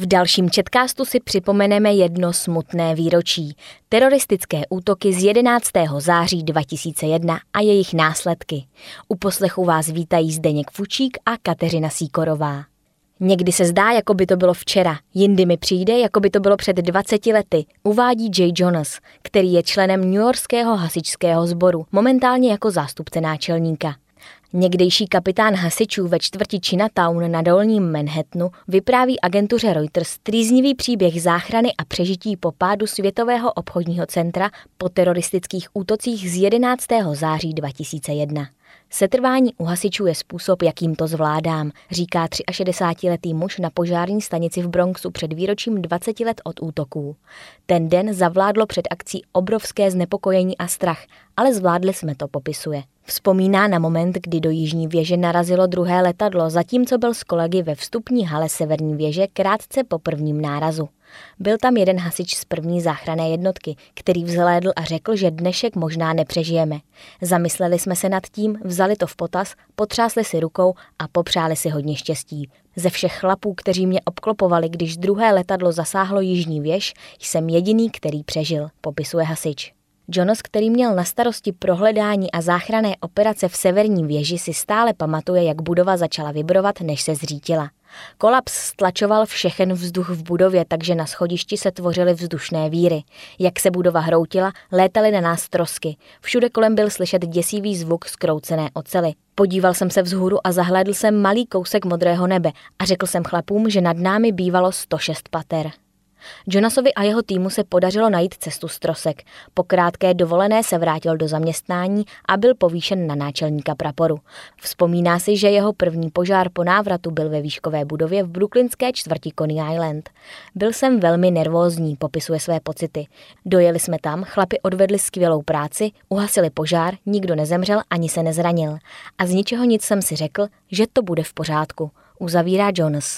V dalším Chatcastu si připomeneme jedno smutné výročí. Teroristické útoky z 11. září 2001 a jejich následky. U poslechu vás vítají Zdeněk Fučík a Kateřina Sýkorová. Někdy se zdá, jako by to bylo včera, jindy mi přijde, jako by to bylo před 20 lety, uvádí Jay Jonas, který je členem newyorského hasičského sboru, momentálně jako zástupce náčelníka. Někdejší kapitán hasičů ve čtvrti Chinatown na dolním Manhattanu vypráví agentuře Reuters trýznivý příběh záchrany a přežití po pádu Světového obchodního centra po teroristických útocích z 11. září 2001. Setrvání u hasičů je způsob, jakým to zvládám, říká 63letý muž na požární stanici v Bronxu před výročím 20 let od útoků. Ten den zavládlo před akcí obrovské znepokojení a strach, ale zvládli jsme to, popisuje. Vzpomíná na moment, kdy do jižní věže narazilo druhé letadlo, zatímco byl s kolegy ve vstupní hale severní věže krátce po prvním nárazu. Byl tam jeden hasič z první záchranné jednotky, který vzhlédl a řekl, že dnešek možná nepřežijeme. Zamysleli jsme se nad tím, vzali to v potaz, potřásli si rukou a popřáli si hodně štěstí. Ze všech chlapů, kteří mě obklopovali, když druhé letadlo zasáhlo jižní věž, jsem jediný, který přežil, popisuje hasič. Jonas, který měl na starosti prohledání a záchranné operace v severní věži, si stále pamatuje, jak budova začala vibrovat, než se zřítila. Kolaps stlačoval všechen vzduch v budově, takže na schodišti se tvořily vzdušné víry. Jak se budova hroutila, létaly na nás trosky. Všude kolem byl slyšet děsivý zvuk zkroucené oceli. Podíval jsem se vzhůru a zahlédl jsem malý kousek modrého nebe a řekl jsem chlapům, že nad námi bývalo 106 pater. Jonasovi a jeho týmu se podařilo najít cestu z trosek. Po krátké dovolené se vrátil do zaměstnání a byl povýšen na náčelníka praporu. Vzpomíná si, že jeho první požár po návratu byl ve výškové budově v brooklynské čtvrti Coney Island. Byl jsem velmi nervózní, popisuje své pocity. Dojeli jsme tam, chlapi odvedli skvělou práci, uhasili požár, nikdo nezemřel ani se nezranil. A z ničeho nic jsem si řekl, že to bude v pořádku, uzavírá Jonas.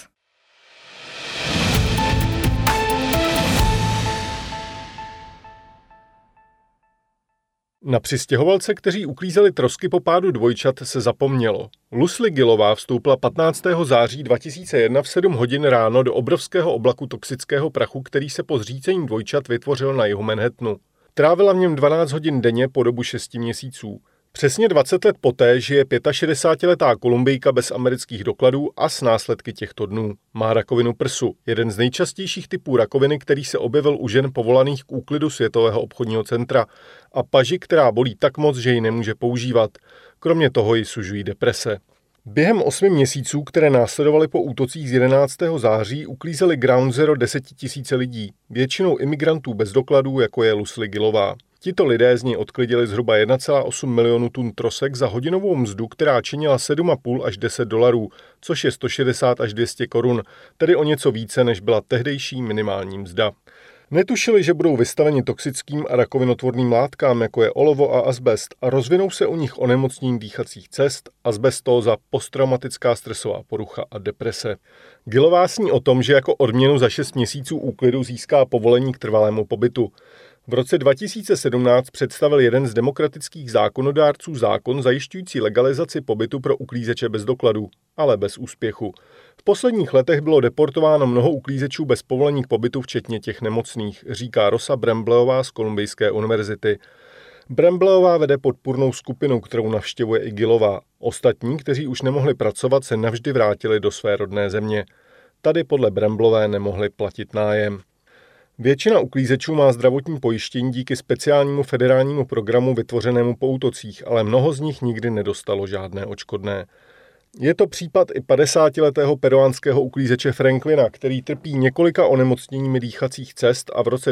Na přistěhovalce, kteří uklízeli trosky po pádu dvojčat, se zapomnělo. Lucy Gillová vstoupila 15. září 2001 v 7 hodin ráno do obrovského oblaku toxického prachu, který se po zřícení dvojčat vytvořil na jihu Manhattanu. Trávila v něm 12 hodin denně po dobu 6 měsíců. Přesně 20 let poté žije 65letá Kolumbijka bez amerických dokladů a s následky těchto dnů. Má rakovinu prsu, jeden z nejčastějších typů rakoviny, který se objevil u žen povolaných k úklidu Světového obchodního centra, a paži, která bolí tak moc, že ji nemůže používat. Kromě toho ji sužují deprese. Během 8 měsíců, které následovaly po útocích z 11. září, uklízeli Ground Zero 10 000 lidí, většinou imigrantů bez dokladů, jako je Lucy Gillová. Tito lidé z něj odklidili zhruba 1,8 milionu tun trosek za hodinovou mzdu, která činila $7,5 až $10, což je 160 až 200 korun, tedy o něco více, než byla tehdejší minimální mzda. Netušili, že budou vystaveni toxickým a rakovinotvorným látkám, jako je olovo a azbest, a rozvinou se u nich onemocnění dýchacích cest, azbestóza, posttraumatická stresová porucha a deprese. Gillová sní o tom, že jako odměnu za 6 měsíců úklidu získá povolení k trvalému pobytu. V roce 2017 představil jeden z demokratických zákonodárců zákon zajišťující legalizaci pobytu pro uklízeče bez dokladů, ale bez úspěchu. V posledních letech bylo deportováno mnoho uklízečů bez povolení k pobytu, včetně těch nemocných, říká Rosa Brambleová z Kolumbijské univerzity. Brambleová vede podpůrnou skupinu, kterou navštěvuje i Gillová. Ostatní, kteří už nemohli pracovat, se navždy vrátili do své rodné země. Tady podle Bramblové nemohli platit nájem. Většina uklízečů má zdravotní pojištění díky speciálnímu federálnímu programu vytvořenému po útocích, ale mnoho z nich nikdy nedostalo žádné odškodné. Je to případ i 50letého peruánského uklízeče Franklina, který trpí několika onemocněními dýchacích cest a v roce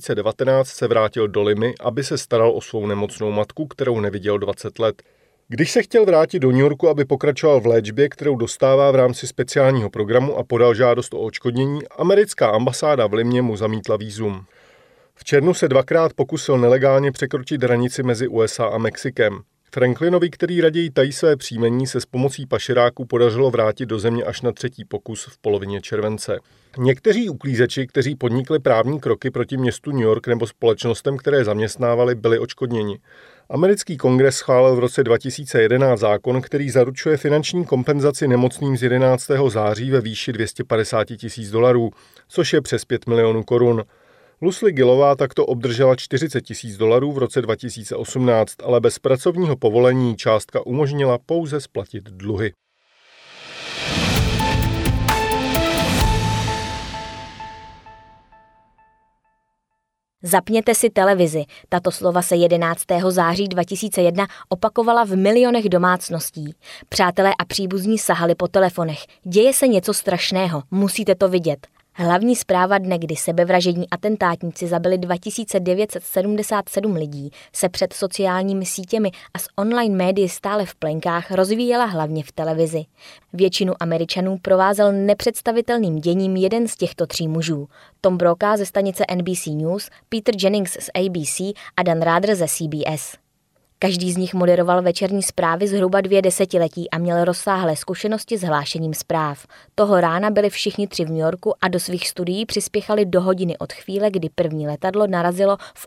2019 se vrátil do Limy, aby se staral o svou nemocnou matku, kterou neviděl 20 let. Když se chtěl vrátit do New Yorku, aby pokračoval v léčbě, kterou dostává v rámci speciálního programu, a podal žádost o odškodnění, americká ambasáda v Limě mu zamítla vízum. V červnu se 2krát pokusil nelegálně překročit hranici mezi USA a Mexikem. Franklinovi, který raději tají své příjmení, se s pomocí pašeráků podařilo vrátit do země až na 3. pokus v polovině července. Někteří uklízeči, kteří podnikli právní kroky proti městu New York nebo společnostem, které zaměstnávali, byli odškodněni. Americký kongres schválil v roce 2011 zákon, který zaručuje finanční kompenzaci nemocným z 11. září ve výši $250,000, což je přes 5 milionů korun. Lucille Gillová takto obdržela $40,000 v roce 2018, ale bez pracovního povolení částka umožnila pouze splatit dluhy. Zapněte si televizi. Tato slova se 11. září 2001 opakovala v milionech domácností. Přátelé a příbuzní sahali po telefonech. Děje se něco strašného, musíte to vidět. Hlavní zpráva dne, kdy sebevražední atentátníci zabili 2977 lidí, se před sociálními sítěmi a s online médii stále v plenkách rozvíjela hlavně v televizi. Většinu Američanů provázel nepředstavitelným děním jeden z těchto 3 mužů. Tom Brokaw ze stanice NBC News, Peter Jennings z ABC a Dan Rather ze CBS. Každý z nich moderoval večerní zprávy zhruba 2 desetiletí a měl rozsáhlé zkušenosti s hlášením zpráv. Toho rána byli všichni 3 v New Yorku a do svých studií přispěchali do hodiny od chvíle, kdy první letadlo narazilo v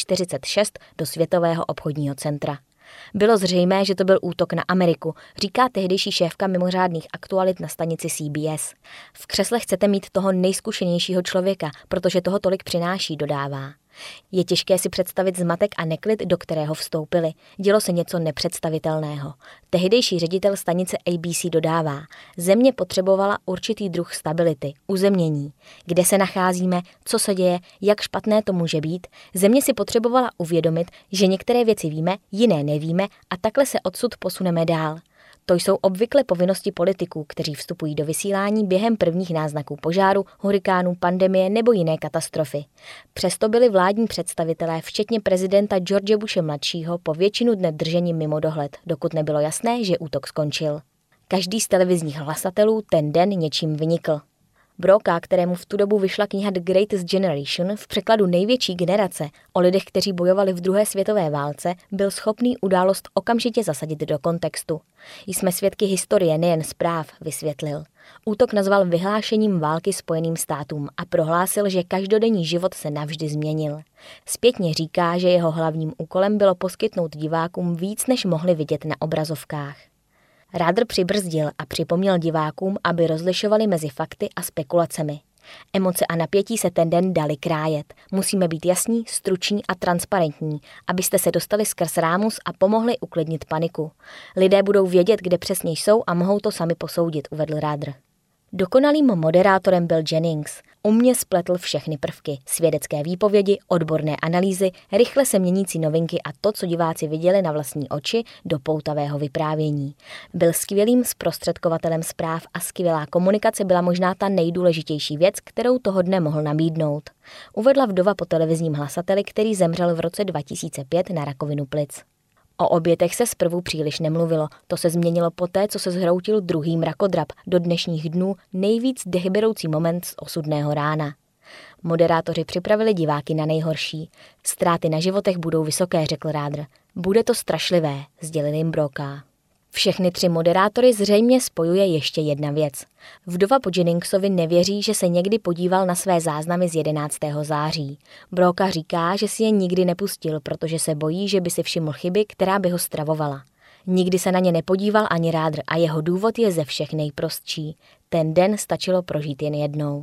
8:46 do Světového obchodního centra. Bylo zřejmé, že to byl útok na Ameriku, říká tehdejší šéfka mimořádných aktualit na stanici CBS. V křesle chcete mít toho nejzkušenějšího člověka, protože toho tolik přináší, dodává. Je těžké si představit zmatek a neklid, do kterého vstoupili. Dělo se něco nepředstavitelného. Tehdejší ředitel stanice ABC dodává, země potřebovala určitý druh stability, uzemnění. Kde se nacházíme, co se děje, jak špatné to může být, země si potřebovala uvědomit, že některé věci víme, jiné nevíme a takhle se odsud posuneme dál. To jsou obvykle povinnosti politiků, kteří vstupují do vysílání během prvních náznaků požáru, hurikánů, pandemie nebo jiné katastrofy. Přesto byli vládní představitelé, včetně prezidenta George Bushe mladšího, po většinu dne drženi mimo dohled, dokud nebylo jasné, že útok skončil. Každý z televizních hlasatelů ten den něčím vynikl. Brokaw, kterému v tu dobu vyšla kniha The Greatest Generation, v překladu Největší generace, o lidech, kteří bojovali v druhé světové válce, byl schopný událost okamžitě zasadit do kontextu. Jsme svědky historie, nejen zpráv, vysvětlil. Útok nazval vyhlášením války Spojeným státům a prohlásil, že každodenní život se navždy změnil. Zpětně říká, že jeho hlavním úkolem bylo poskytnout divákům víc, než mohli vidět na obrazovkách. Rather přibrzdil a připomněl divákům, aby rozlišovali mezi fakty a spekulacemi. Emoce a napětí se ten den dali krájet. Musíme být jasní, struční a transparentní, abyste se dostali skrz rámus a pomohli uklidnit paniku. Lidé budou vědět, kde přesně jsou a mohou to sami posoudit, uvedl Rather. Dokonalým moderátorem byl Jennings. Umně spletl všechny prvky, svědecké výpovědi, odborné analýzy, rychle se měnící novinky a to, co diváci viděli na vlastní oči, do poutavého vyprávění. Byl skvělým zprostředkovatelem zpráv a skvělá komunikace byla možná ta nejdůležitější věc, kterou toho dne mohl nabídnout. Uvedla vdova po televizním hlasateli, který zemřel v roce 2005 na rakovinu plic. O obětech se zprvu příliš nemluvilo, to se změnilo poté, co se zhroutil druhý mrakodrap, do dnešních dnů nejvíc dehyberoucí moment z osudného rána. Moderátoři připravili diváky na nejhorší. Ztráty na životech budou vysoké, řekl Rather. Bude to strašlivé, sdělil jim Brokaw. Všechny 3 moderátory zřejmě spojuje ještě jedna věc. Vdova po Jenningsovi nevěří, že se někdy podíval na své záznamy z 11. září. Brokaw říká, že si je nikdy nepustil, protože se bojí, že by si všiml chyby, která by ho stravovala. Nikdy se na ně nepodíval ani Rather a jeho důvod je ze všech nejprostší. Ten den stačilo prožít jen jednou.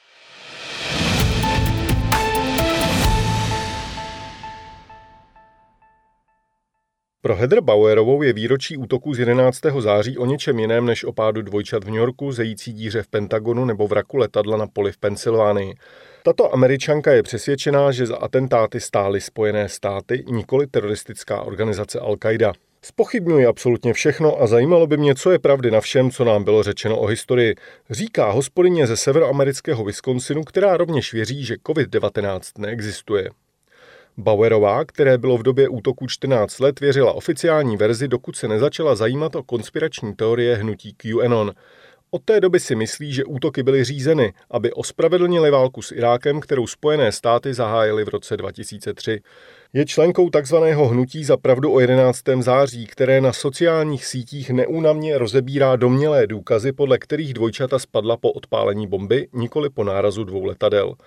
Pro Heather Bauerovou je výročí útoku z 11. září o něčem jiném než o pádu dvojčat v New Yorku, zející díře v Pentagonu nebo vraku letadla na poli v Pensylvánii. Tato Američanka je přesvědčená, že za atentáty stály Spojené státy, nikoli teroristická organizace Al-Qaida. Zpochybňuji absolutně všechno a zajímalo by mě, co je pravdy na všem, co nám bylo řečeno o historii, říká hospodyně ze severoamerického Wisconsinu, která rovněž věří, že COVID-19 neexistuje. Bauerová, které bylo v době útoku 14 let, věřila oficiální verzi, dokud se nezačala zajímat o konspirační teorie hnutí QAnon. Od té doby si myslí, že útoky byly řízeny, aby ospravedlnili válku s Irákem, kterou Spojené státy zahájily v roce 2003. Je členkou takzvaného hnutí za pravdu o 11. září, které na sociálních sítích neúnavně rozebírá domnělé důkazy, podle kterých dvojčata spadla po odpálení bomby, nikoli po nárazu 2 letadel.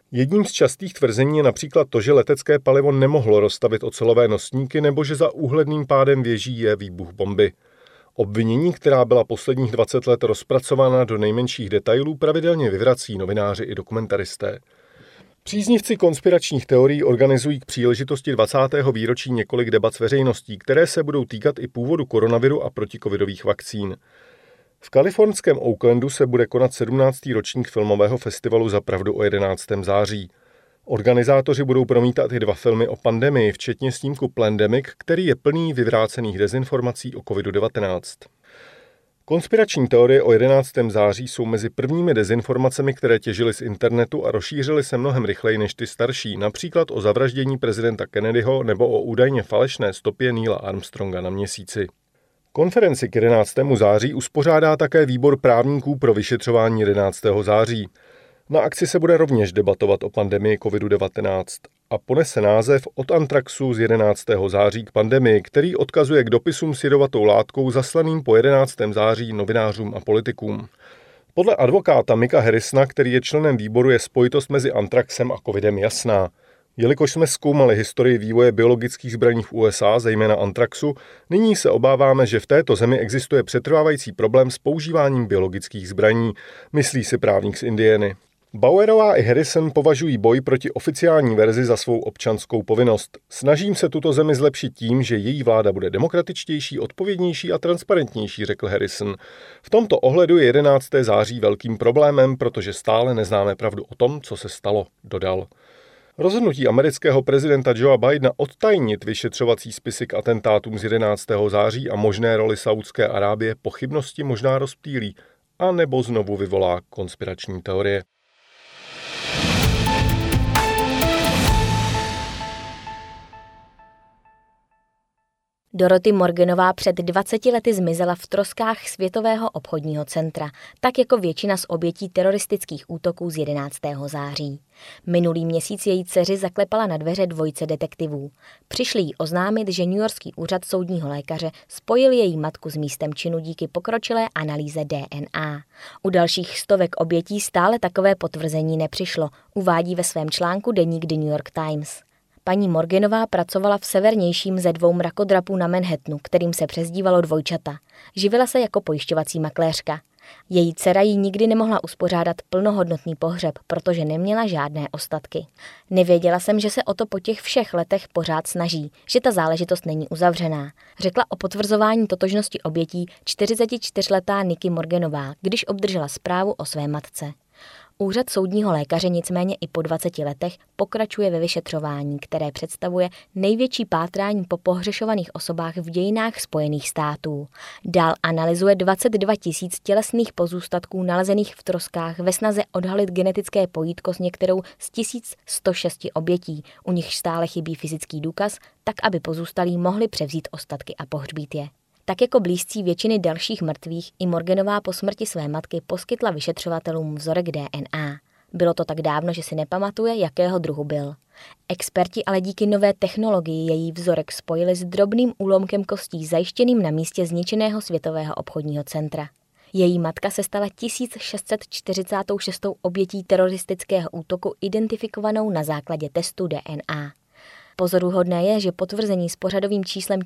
Jedním z častých tvrzení je například to, že letecké palivo nemohlo rozstavit ocelové nosníky nebo že za úhledným pádem věží je výbuch bomby. Obvinění, která byla posledních 20 let rozpracována do nejmenších detailů, pravidelně vyvrací novináři i dokumentaristé. Příznivci konspiračních teorií organizují k příležitosti 20. výročí několik debat s veřejností, které se budou týkat i původu koronaviru a protikovidových vakcín. V kalifornském Oaklandu se bude konat 17. ročník filmového festivalu Za pravdu o 11. září. Organizátoři budou promítat i 2 filmy o pandemii, včetně snímku Plandemic, který je plný vyvrácených dezinformací o COVID-19. Konspirační teorie o 11. září jsou mezi prvními dezinformacemi, které těžily z internetu a rozšířily se mnohem rychleji než ty starší, například o zavraždění prezidenta Kennedyho nebo o údajně falešné stopě Neila Armstronga na Měsíci. Konferenci k 11. září uspořádá také výbor právníků pro vyšetřování 11. září. Na akci se bude rovněž debatovat o pandemii COVID-19 a ponese název Od antraxu z 11. září k pandemii, který odkazuje k dopisům s jedovatou látkou zaslaným po 11. září novinářům a politikům. Podle advokáta Micka Harrisona, který je členem výboru, je spojitost mezi antraxem a covidem jasná. Jelikož jsme zkoumali historii vývoje biologických zbraní v USA, zejména antraxu, nyní se obáváme, že v této zemi existuje přetrvávající problém s používáním biologických zbraní, myslí si právník z Indiany. Bauerová i Harrison považují boj proti oficiální verzi za svou občanskou povinnost. Snažím se tuto zemi zlepšit tím, že její vláda bude demokratičtější, odpovědnější a transparentnější, řekl Harrison. V tomto ohledu je 11. září velkým problémem, protože stále neznáme pravdu o tom, co se stalo, dodal. Rozhodnutí amerického prezidenta Joea Bidena odtajnit vyšetřovací spisy k atentátům z 11. září a možné roli Saúdské Arábie pochybnosti možná rozptýlí, a nebo znovu vyvolá konspirační teorie. Dorothy Morganová před 20 lety zmizela v troskách Světového obchodního centra, tak jako většina z obětí teroristických útoků z 11. září. Minulý měsíc její dceři zaklepala na dveře dvojice detektivů. Přišli jí oznámit, že newyorský úřad soudního lékaře spojil její matku s místem činu díky pokročilé analýze DNA. U dalších stovek obětí stále takové potvrzení nepřišlo, uvádí ve svém článku deník The New York Times. Paní Morganová pracovala v severnějším ze 2 mrakodrapů na Manhattanu, kterým se přezdívalo Dvojčata. Živila se jako pojišťovací makléřka. Její dcera jí nikdy nemohla uspořádat plnohodnotný pohřeb, protože neměla žádné ostatky. Nevěděla jsem, že se o to po těch všech letech pořád snaží, že ta záležitost není uzavřená, řekla o potvrzování totožnosti obětí 44letá Nikki Morganová, když obdržela zprávu o své matce. Úřad soudního lékaře nicméně i po 20 letech pokračuje ve vyšetřování, které představuje největší pátrání po pohřešovaných osobách v dějinách Spojených států. Dál analyzuje 22 000 tělesných pozůstatků nalezených v troskách ve snaze odhalit genetické pojítko s některou z 1106 obětí, u nich stále chybí fyzický důkaz, tak aby pozůstalí mohli převzít ostatky a pohřbít je. Tak jako blízcí většiny dalších mrtvých, i Morganová po smrti své matky poskytla vyšetřovatelům vzorek DNA. Bylo to tak dávno, že si nepamatuje, jakého druhu byl. Experti ale díky nové technologii její vzorek spojili s drobným úlomkem kostí zajištěným na místě zničeného Světového obchodního centra. Její matka se stala 1646. obětí teroristického útoku identifikovanou na základě testu DNA. Pozoruhodné je, že potvrzení s pořadovým číslem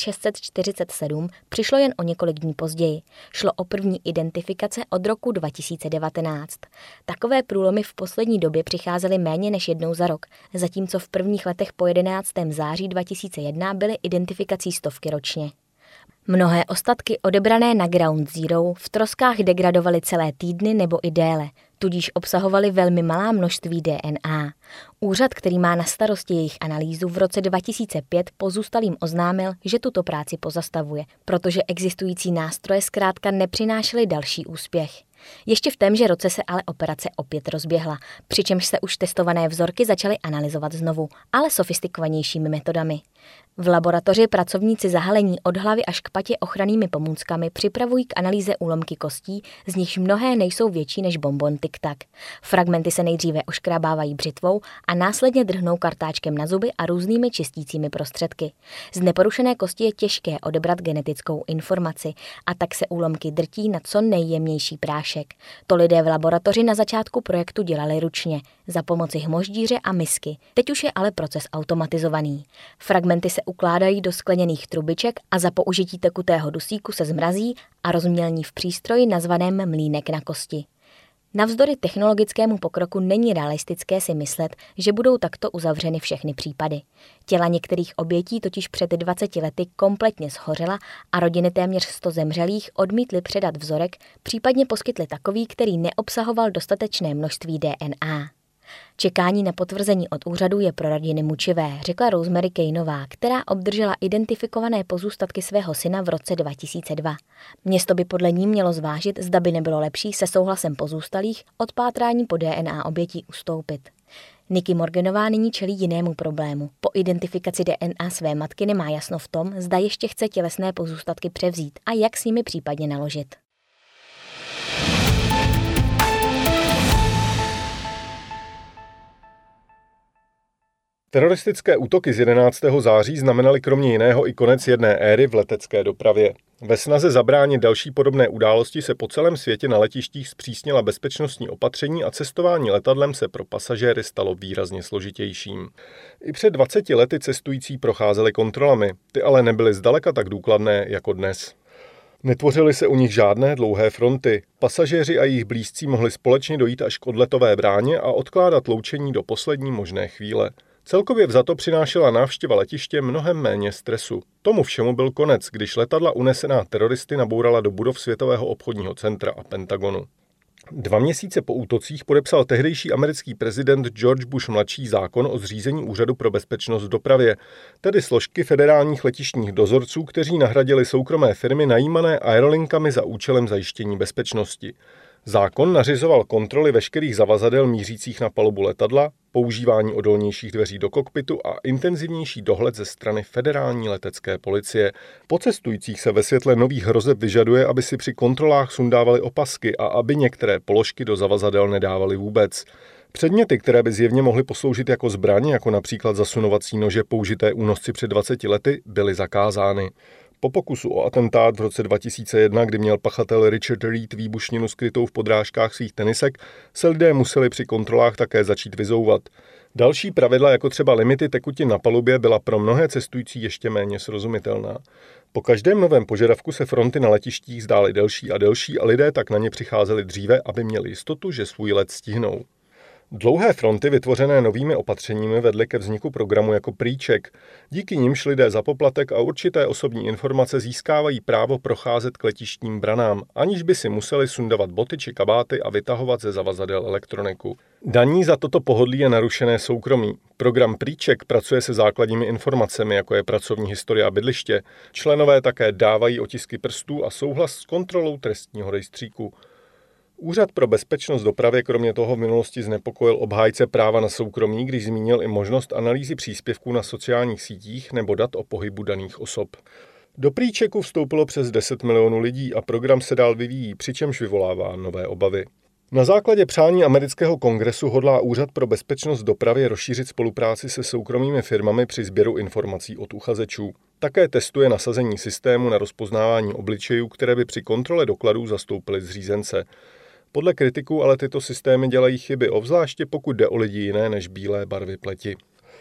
1647 přišlo jen o několik dní později. Šlo o první identifikace od roku 2019. Takové průlomy v poslední době přicházely méně než jednou za rok, zatímco v prvních letech po 11. září 2001 byly identifikací stovky ročně. Mnohé ostatky odebrané na Ground Zero v troskách degradovaly celé týdny nebo i déle, tudíž obsahovaly velmi malá množství DNA. Úřad, který má na starosti jejich analýzu, v roce 2005 pozůstalým oznámil, že tuto práci pozastavuje, protože existující nástroje zkrátka nepřinášely další úspěch. Ještě v témže roce se ale operace opět rozběhla, přičemž se už testované vzorky začaly analyzovat znovu, ale sofistikovanějšími metodami. V laboratoři pracovníci zahalení od hlavy až k patě ochrannými pomůckami připravují k analýze úlomky kostí, z nichž mnohé nejsou větší než bonbon tic-tac. Fragmenty se nejdříve oškrábávají břitvou a následně drhnou kartáčkem na zuby a různými čistícími prostředky. Z neporušené kosti je těžké odebrat genetickou informaci a tak se úlomky drtí na co nejjemnější prášek. To lidé v laboratoři na začátku projektu dělali ručně, za pomoci hmoždíře a misky. Teď už je ale proces automatizovaný. Fragmenty se ukládají do skleněných trubiček a za použití tekutého dusíku se zmrazí a rozmělní v přístroji nazvaném mlýnek na kosti. Navzdory technologickému pokroku není realistické si myslet, že budou takto uzavřeny všechny případy. Těla některých obětí totiž před 20 lety kompletně shořela a rodiny téměř 100 zemřelých odmítly předat vzorek, případně poskytly takový, který neobsahoval dostatečné množství DNA. Čekání na potvrzení od úřadu je pro rodiny mučivé, řekla Rosemary Kaneová, která obdržela identifikované pozůstatky svého syna v roce 2002. Město by podle ní mělo zvážit, zda by nebylo lepší se souhlasem pozůstalých od pátrání po DNA obětí ustoupit. Nikki Morganová nyní čelí jinému problému. Po identifikaci DNA své matky nemá jasno v tom, zda ještě chce tělesné pozůstatky převzít a jak s nimi případně naložit. Teroristické útoky z 11. září znamenaly kromě jiného i konec jedné éry v letecké dopravě. Ve snaze zabránit další podobné události se po celém světě na letištích zpřísnila bezpečnostní opatření a cestování letadlem se pro pasažéry stalo výrazně složitějším. I před 20 lety cestující procházeli kontrolami, ty ale nebyly zdaleka tak důkladné jako dnes. Netvořily se u nich žádné dlouhé fronty. Pasažéři a jejich blízcí mohli společně dojít až k odletové bráně a odkládat loučení do poslední možné chvíle. Celkově vzato přinášela návštěva letiště mnohem méně stresu. Tomu všemu byl konec, když letadla unesená teroristy nabourala do budov Světového obchodního centra a Pentagonu. 2 měsíce po útocích podepsal tehdejší americký prezident George Bush mladší zákon o zřízení Úřadu pro bezpečnost v dopravě, tedy složky federálních letištních dozorců, kteří nahradili soukromé firmy najímané aerolinkami za účelem zajištění bezpečnosti. Zákon nařizoval kontroly veškerých zavazadel mířících na palubu letadla, používání odolnějších dveří do kokpitu a intenzivnější dohled ze strany federální letecké policie. Po cestujících se ve světle nových hrozeb vyžaduje, aby si při kontrolách sundávali opasky a aby některé položky do zavazadel nedávali vůbec. Předměty, které by zjevně mohly posloužit jako zbraň, jako například zasunovací nože použité únosci před 20 lety, byly zakázány. Po pokusu o atentát v roce 2001, kdy měl pachatel Richard Reed výbušninu skrytou v podrážkách svých tenisek, se lidé museli při kontrolách také začít vyzouvat. Další pravidla, jako třeba limity tekutin na palubě, byla pro mnohé cestující ještě méně srozumitelná. Po každém novém požadavku se fronty na letištích zdály delší a delší a lidé tak na ně přicházeli dříve, aby měli jistotu, že svůj let stihnou. Dlouhé fronty vytvořené novými opatřeními vedly ke vzniku programu jako PreCheck. Díky nimž lidé za poplatek a určité osobní informace získávají právo procházet k letištním branám, aniž by si museli sundavat boty či kabáty a vytahovat ze zavazadel elektroniku. Daní za toto pohodlí je narušené soukromí. Program PreCheck pracuje se základními informacemi, jako je pracovní historie a bydliště. Členové také dávají otisky prstů a souhlas s kontrolou trestního rejstříku. Úřad pro bezpečnost dopravy kromě toho v minulosti znepokojil obhájce práva na soukromí, když zmínil i možnost analýzy příspěvků na sociálních sítích nebo dat o pohybu daných osob. Do PreChecku vstoupilo přes 10 milionů lidí a program se dál vyvíjí, přičemž vyvolává nové obavy. Na základě přání amerického kongresu hodlá Úřad pro bezpečnost dopravy rozšířit spolupráci se soukromými firmami při sběru informací od uchazečů. Také testuje nasazení systému na rozpoznávání obličejů, které by při kontrole dokladů zastoupily zřízence. Podle kritiků ale tyto systémy dělají chyby, obzvláště pokud jde o lidi jiné než bílé barvy pleti.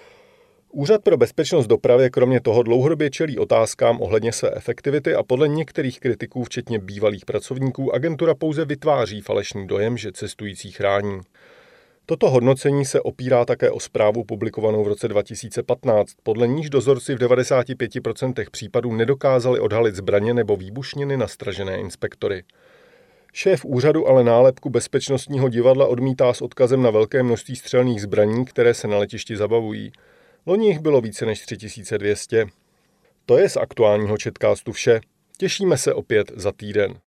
Úřad pro bezpečnost dopravy kromě toho dlouhodobě čelí otázkám ohledně své efektivity a podle některých kritiků, včetně bývalých pracovníků, agentura pouze vytváří falešný dojem, že cestující chrání. Toto hodnocení se opírá také o zprávu publikovanou v roce 2015, podle níž dozorci v 95% případů nedokázali odhalit zbraně nebo výbušniny na stražené inspektory. Šéf úřadu ale nálepku bezpečnostního divadla odmítá s odkazem na velké množství střelných zbraní, které se na letišti zabavují. Loni jich bylo více než 3200. To je z aktuálního Chatcastu vše. Těšíme se opět za týden.